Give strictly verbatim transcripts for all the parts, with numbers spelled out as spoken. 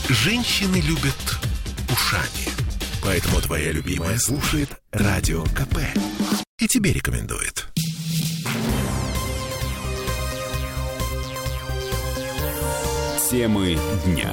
Женщины любят ушами. Поэтому твоя любимая слушает Радио КП. И тебе рекомендует. Темы дня.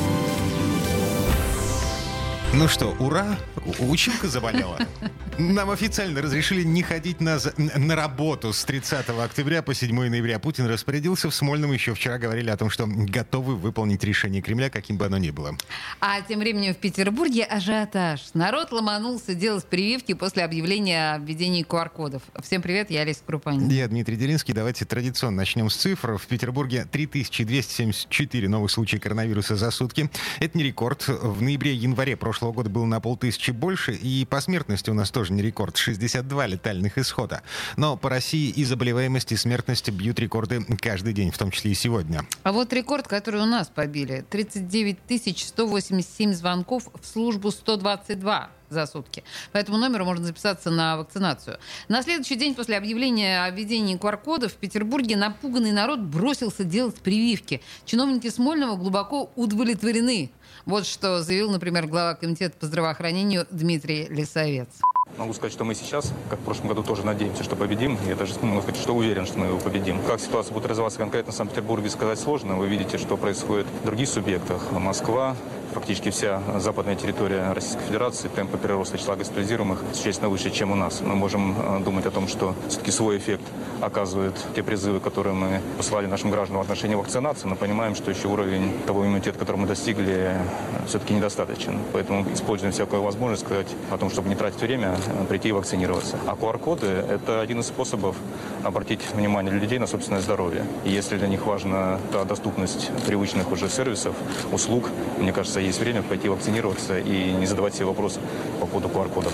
Ну что, ура! Училка заболела. Нам официально разрешили не ходить на, на работу с тридцатого октября по седьмого ноября. Путин распорядился в Смольном. Еще вчера говорили о том, что готовы выполнить решение Кремля, каким бы оно ни было. А тем временем в Петербурге ажиотаж. Народ ломанулся делать прививки после объявления о введении ку ар-кодов. Всем привет, я Олеся Крупанина. Я Дмитрий Делинский. Давайте традиционно начнем с цифр. В Петербурге три тысячи двести семьдесят четыре новых случая коронавируса за сутки. Это не рекорд. В ноябре-январе прошлого года было на полтысячи больше. И по смертности у нас тоже не рекорд. шестьдесят два летальных исхода. Но по России и заболеваемость, и смертность бьют рекорды каждый день, в том числе и сегодня. А вот рекорд, который у нас побили. тридцать девять тысяч сто восемьдесят семь звонков в службу сто двадцать два за сутки. По этому номеру можно записаться на вакцинацию. На следующий день после объявления о введении ку ар-кодов в Петербурге напуганный народ бросился делать прививки. Чиновники Смольного глубоко удовлетворены. Вот что заявил, например, глава комитета по здравоохранению Дмитрий Лисовец. Могу сказать, что мы сейчас, как в прошлом году, тоже надеемся, что победим. Я даже могу сказать, что уверен, что мы его победим. Как ситуация будет развиваться конкретно в Санкт-Петербурге, сказать сложно. Вы видите, что происходит в других субъектах. Москва, фактически вся западная территория Российской Федерации, темпы прироста числа госпитализируемых существенно выше, чем у нас. Мы можем думать о том, что все-таки свой эффект оказывают те призывы, которые мы посылали нашим гражданам в отношении вакцинации, но понимаем, что еще уровень того иммунитета, который мы достигли, все-таки недостаточен. Поэтому используем всякую возможность сказать о том, чтобы не тратить время, прийти и вакцинироваться. А ку ар-коды – это один из способов обратить внимание людей на собственное здоровье. И если для них важна та доступность привычных уже сервисов, услуг, мне кажется, есть время пойти вакцинироваться и не задавать себе вопрос по поводу ку ар-кодов.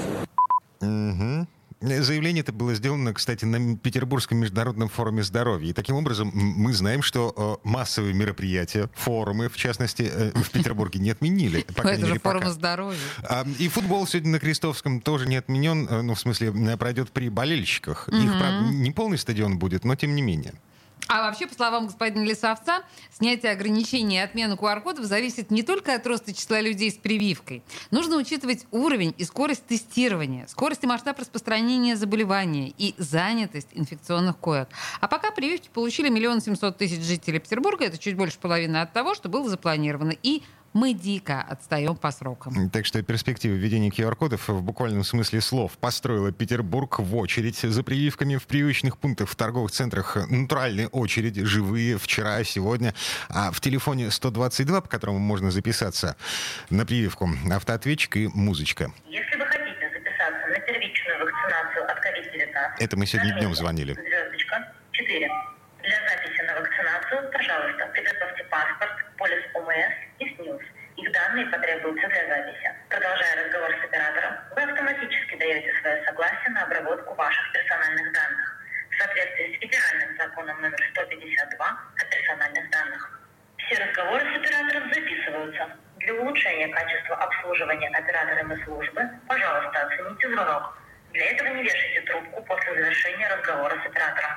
Угу. Заявление это было сделано, кстати, на Петербургском международном форуме здоровья. И таким образом мы знаем, что э, массовые мероприятия, форумы, в частности, э, в Петербурге не отменили. Это же форум здоровья. И футбол сегодня на Крестовском тоже не отменен. Ну, в смысле, пройдет при болельщиках. Их, правда, не полный стадион будет, но тем не менее. А вообще, по словам господина Лисовца, снятие ограничений и отмена ку ар-кодов зависит не только от роста числа людей с прививкой. Нужно учитывать уровень и скорость тестирования, скорость и масштаб распространения заболевания и занятость инфекционных коек. А пока прививки получили миллион семьсот тысяч жителей Петербурга, это чуть больше половины от того, что было запланировано. И мы дико отстаем по срокам. Так что перспектива введения ку ар-кодов в буквальном смысле слов построила Петербург в очередь за прививками в привычных пунктах в торговых центрах. Натуральные очереди, живые, вчера, сегодня. А в телефоне сто двадцать два, по которому можно записаться на прививку, автоответчик и музычка. Если вы хотите записаться на первичную вакцинацию от ковид девятнадцать... Это мы сегодня днем звонили. Звездочка четыре. Для записи на вакцинацию, пожалуйста, приготовьте паспорт, полис о эм эс и СНИЛС. Их данные потребуются для записи. Продолжая разговор с оператором, вы автоматически даете свое согласие на обработку ваших персональных данных в соответствии с федеральным законом номер сто пятьдесят два о персональных данных. Все разговоры с оператором записываются. Для улучшения качества обслуживания операторами службы, пожалуйста, оцените звонок. Для этого не вешайте трубку после завершения разговора с оператором.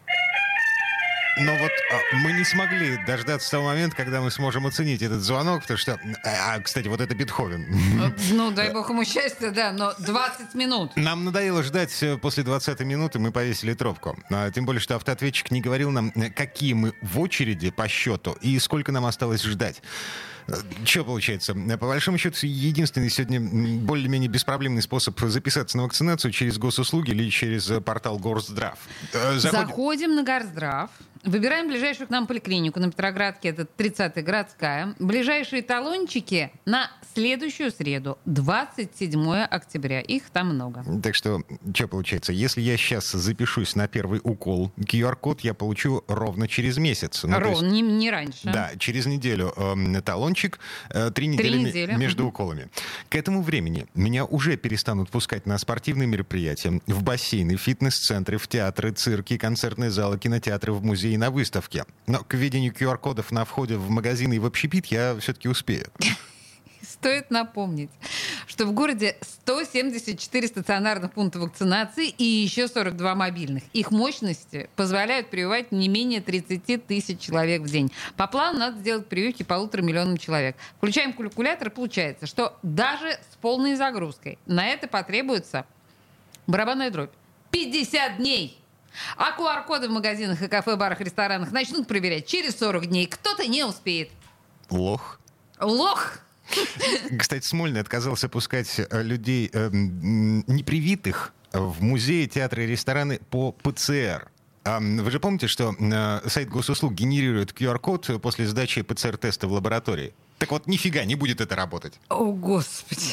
Но вот а, мы не смогли дождаться того момента, когда мы сможем оценить этот звонок, потому что... А, кстати, вот это Бетховен. Ну, дай бог ему счастья, да, но двадцать минут. Нам надоело ждать после двадцатой минуты, мы повесили трубку. А, тем более, что автоответчик не говорил нам, какие мы в очереди по счету и сколько нам осталось ждать. Что получается? По большому счету, единственный сегодня более-менее беспроблемный способ записаться на вакцинацию через госуслуги или через портал Горздрав. Заходим, Заходим на Горздрав, выбираем ближайшую к нам поликлинику. На Петроградке это тридцатая городская. Ближайшие талончики на следующую среду, двадцать седьмого октября. Их там много. Так что, что получается? Если я сейчас запишусь на первый укол, ку ар-код я получу ровно через месяц. Ну, ровно, есть, не, не раньше. Да, через неделю э, талончик, э, три недели, три недели между uh-huh. уколами. К этому времени меня уже перестанут пускать на спортивные мероприятия, в бассейны, фитнес-центры, в театры, цирки, концертные залы, кинотеатры, в музеи, на выставке. Но к введению ку ар-кодов на входе в магазины и в общепит я все-таки успею. Стоит напомнить, что что в городе сто семьдесят четыре стационарных пункта вакцинации и еще сорок два мобильных. Их мощности позволяют прививать не менее тридцать тысяч человек в день. По плану надо сделать прививки полутора миллионам человек. Включаем калькулятор, получается, что даже с полной загрузкой на это потребуется барабанная дробь. пятьдесят дней! А ку ар коды в магазинах и кафе, барах, ресторанах начнут проверять через сорок дней. Кто-то не успеет. Лох. Лох! Кстати, Смольный отказался пускать людей э, непривитых в музеи, театры и рестораны по пэ цэ эр. А вы же помните, что э, сайт госуслуг генерирует ку ар код после сдачи пэ цэ эр-теста в лаборатории? Так вот, нифига не будет это работать. О, Господи.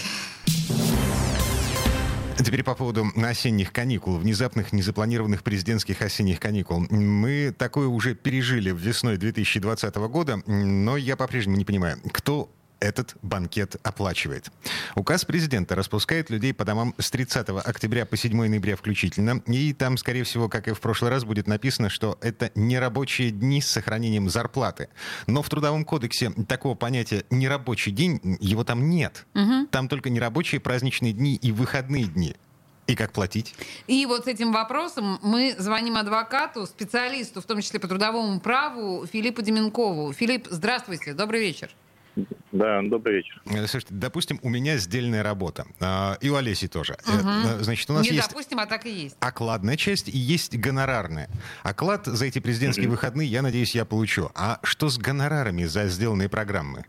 Теперь по поводу осенних каникул, внезапных незапланированных президентских осенних каникул. Мы такое уже пережили весной две тысячи двадцатого года, но я по-прежнему не понимаю, кто этот банкет оплачивает. Указ президента распускает людей по домам с тридцатого октября по седьмого ноября включительно. И там, скорее всего, как и в прошлый раз, будет написано, что это нерабочие дни с сохранением зарплаты. Но в Трудовом кодексе такого понятия «нерабочий день» его там нет. Угу. Там только нерабочие праздничные дни и выходные дни. И как платить? И вот с этим вопросом мы звоним адвокату, специалисту, в том числе по трудовому праву, Филиппу Деменкову. Филипп, здравствуйте, добрый вечер. Да, добрый вечер. Слушайте, допустим, у меня сдельная работа. И у Олеси тоже. Угу. Значит, у нас Не есть допустим, а так и есть. Окладная часть и есть гонорарная. Оклад за эти президентские угу. выходные, я надеюсь, я получу. А что с гонорарами за сделанные программы?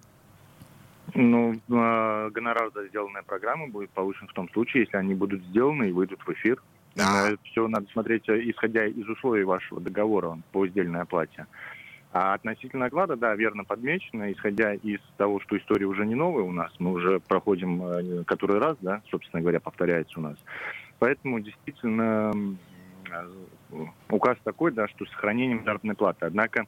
Ну, гонорар за сделанные программы будет получен в том случае, если они будут сделаны и выйдут в эфир. А. Все надо смотреть, исходя из условий вашего договора по сдельной оплате. А относительно оклада, да, верно подмечено, исходя из того, что история уже не новая у нас, мы уже проходим который раз, да, собственно говоря, повторяется у нас. Поэтому действительно указ такой, да, что с сохранением заработной платы. Однако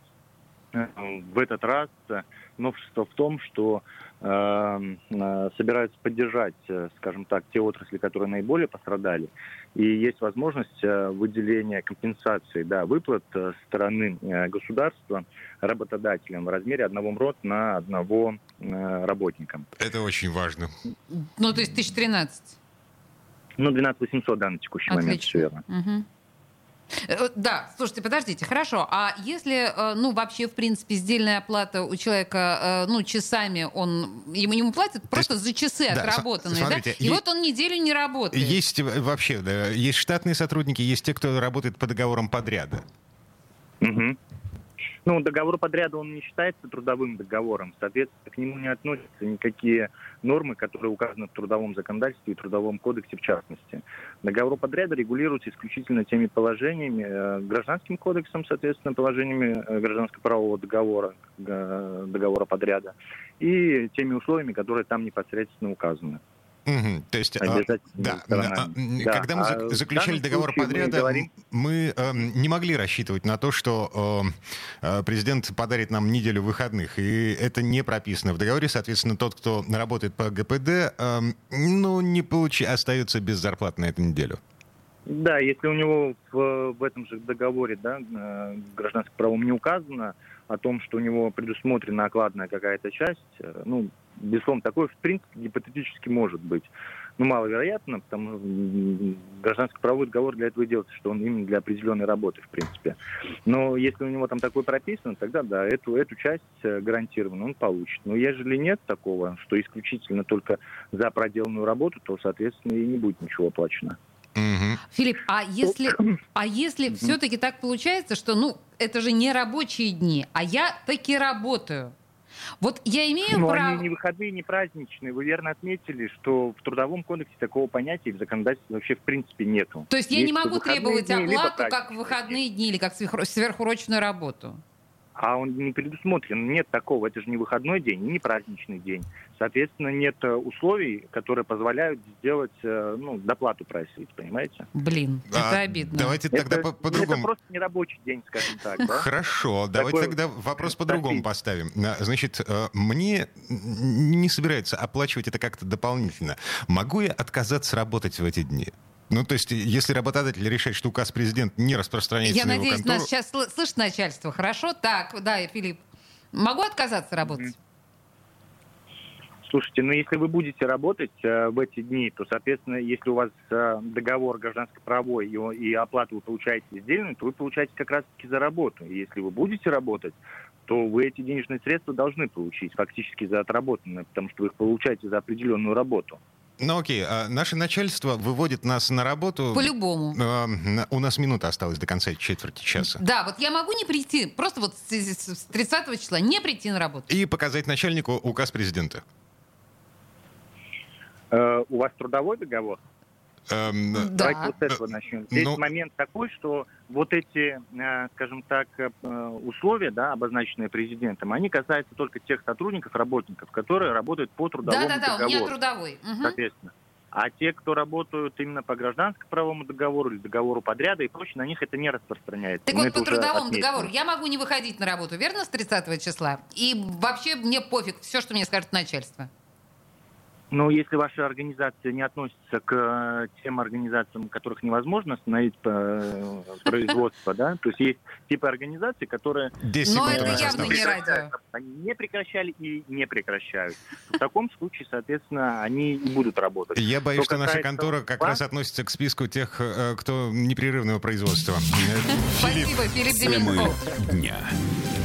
в этот раз новшество в том, что э, собираются поддержать, скажем так, те отрасли, которые наиболее пострадали, и есть возможность выделения компенсации, да, выплат со стороны государства работодателям в размере одного МРОТ на одного э, работника. Это очень важно. Ну, то есть тысяча тринадцать. Ну, двенадцать тысяч восемьсот, да, на текущий Отлично. момент, все верно. Угу. Да, слушайте, подождите, хорошо. А если, ну, вообще, в принципе, сдельная оплата у человека, ну, часами он, ему, ему платят просто есть, за часы да, отработанные, смотрите, да? И есть, вот он неделю не работает. Есть вообще, да, есть штатные сотрудники, есть те, кто работает по договорам подряда. Угу. Ну, договор подряда, он не считается трудовым договором, соответственно, к нему не относятся никакие нормы, которые указаны в трудовом законодательстве и трудовом кодексе в частности. Договор подряда регулируется исключительно теми положениями, э, гражданским кодексом, соответственно, положениями э, гражданско-правового договора, э, договора подряда, и теми условиями, которые там непосредственно указаны. Угу. То есть, а, да, а, да, когда мы а заключали договор подряда, мы, говорим... мы э, не могли рассчитывать на то, что э, президент подарит нам неделю выходных, и это не прописано в договоре. Соответственно, тот, кто работает по гэ пэ дэ, э, ну, не получи... остается без зарплаты на эту неделю. Да, если у него в, в этом же договоре, да, гражданским правом не указано о том, что у него предусмотрена окладная какая-то часть, ну, безусловно, такое, в принципе, гипотетически может быть. Ну, маловероятно, потому что гражданский правовой договор для этого и делается, что он именно для определенной работы, в принципе. Но если у него там такое прописано, тогда, да, эту, эту часть гарантированно он получит. Но ежели нет такого, что исключительно только за проделанную работу, то, соответственно, и не будет ничего оплачено. Филипп, а если, а если все-таки так получается, что, ну, это же не рабочие дни, а я таки работаю. Вот я имею Но право... они не выходные, не праздничные. Вы верно отметили, что в Трудовом кодексе такого понятия в законодательстве вообще в принципе нету. То есть я Есть не могу требовать дни, оплату как в выходные дни или как сверхурочную работу? А он не предусмотрен. Нет такого. Это же не выходной день и не праздничный день. Соответственно, нет условий, которые позволяют сделать, ну, доплату просить, понимаете? Блин, а, это обидно. Давайте тогда это, по-другому. Это просто не рабочий день, скажем так. Да? Хорошо, давайте тогда вопрос по-другому поставим. Значит, мне не собирается оплачивать это как-то дополнительно. Могу я отказаться работать в эти дни? Ну, то есть, если работодатель решает, что указ президента не распространяется Я на его надеюсь, контору... нас сейчас слышит начальство. Хорошо? Так, да, Филипп. Могу отказаться работать? Слушайте, ну если вы будете работать э, в эти дни, то, соответственно, если у вас э, договор гражданско-правовой и, и оплату вы получаете сдельную, то вы получаете как раз-таки за работу. И если вы будете работать, то вы эти денежные средства должны получить фактически за отработанное, потому что вы их получаете за определенную работу. Ну окей, а наше начальство выводит нас на работу... По-любому. Э, у нас минута осталась до конца четверти часа. Да, вот я могу не прийти, просто вот с, с тридцатого числа не прийти на работу. И показать начальнику указ президента. Э, у вас трудовой договор? Эм, Да. Давайте вот с этого начнем. Здесь Ну- момент такой, что вот эти, э, скажем так, э, условия, да, обозначенные президентом, они касаются только тех сотрудников, работников, которые работают по трудовому Да-да-да, у меня договору. трудовой. Мгм. Соответственно. А те, кто работают именно по гражданско-правовому договору или договору подряда и прочее, на них это не распространяется. Так Мы вот, это по уже трудовому отметили. договору я могу не выходить на работу, верно, с тридцатого числа? И вообще мне пофиг, все, что мне скажет начальство. Но если ваша организация не относится к э, тем организациям, которых невозможно остановить э, производство, да, то есть есть типы организаций, которые десять Но секунд это у нас явно осталось. не радио. они не прекращали и не прекращают. В таком случае, соответственно, они и будут работать. Я боюсь, Что что наша касается контора как вас- раз относится к списку тех, э, кто непрерывного производства. Спасибо, Филипп Темы Деменков. дня.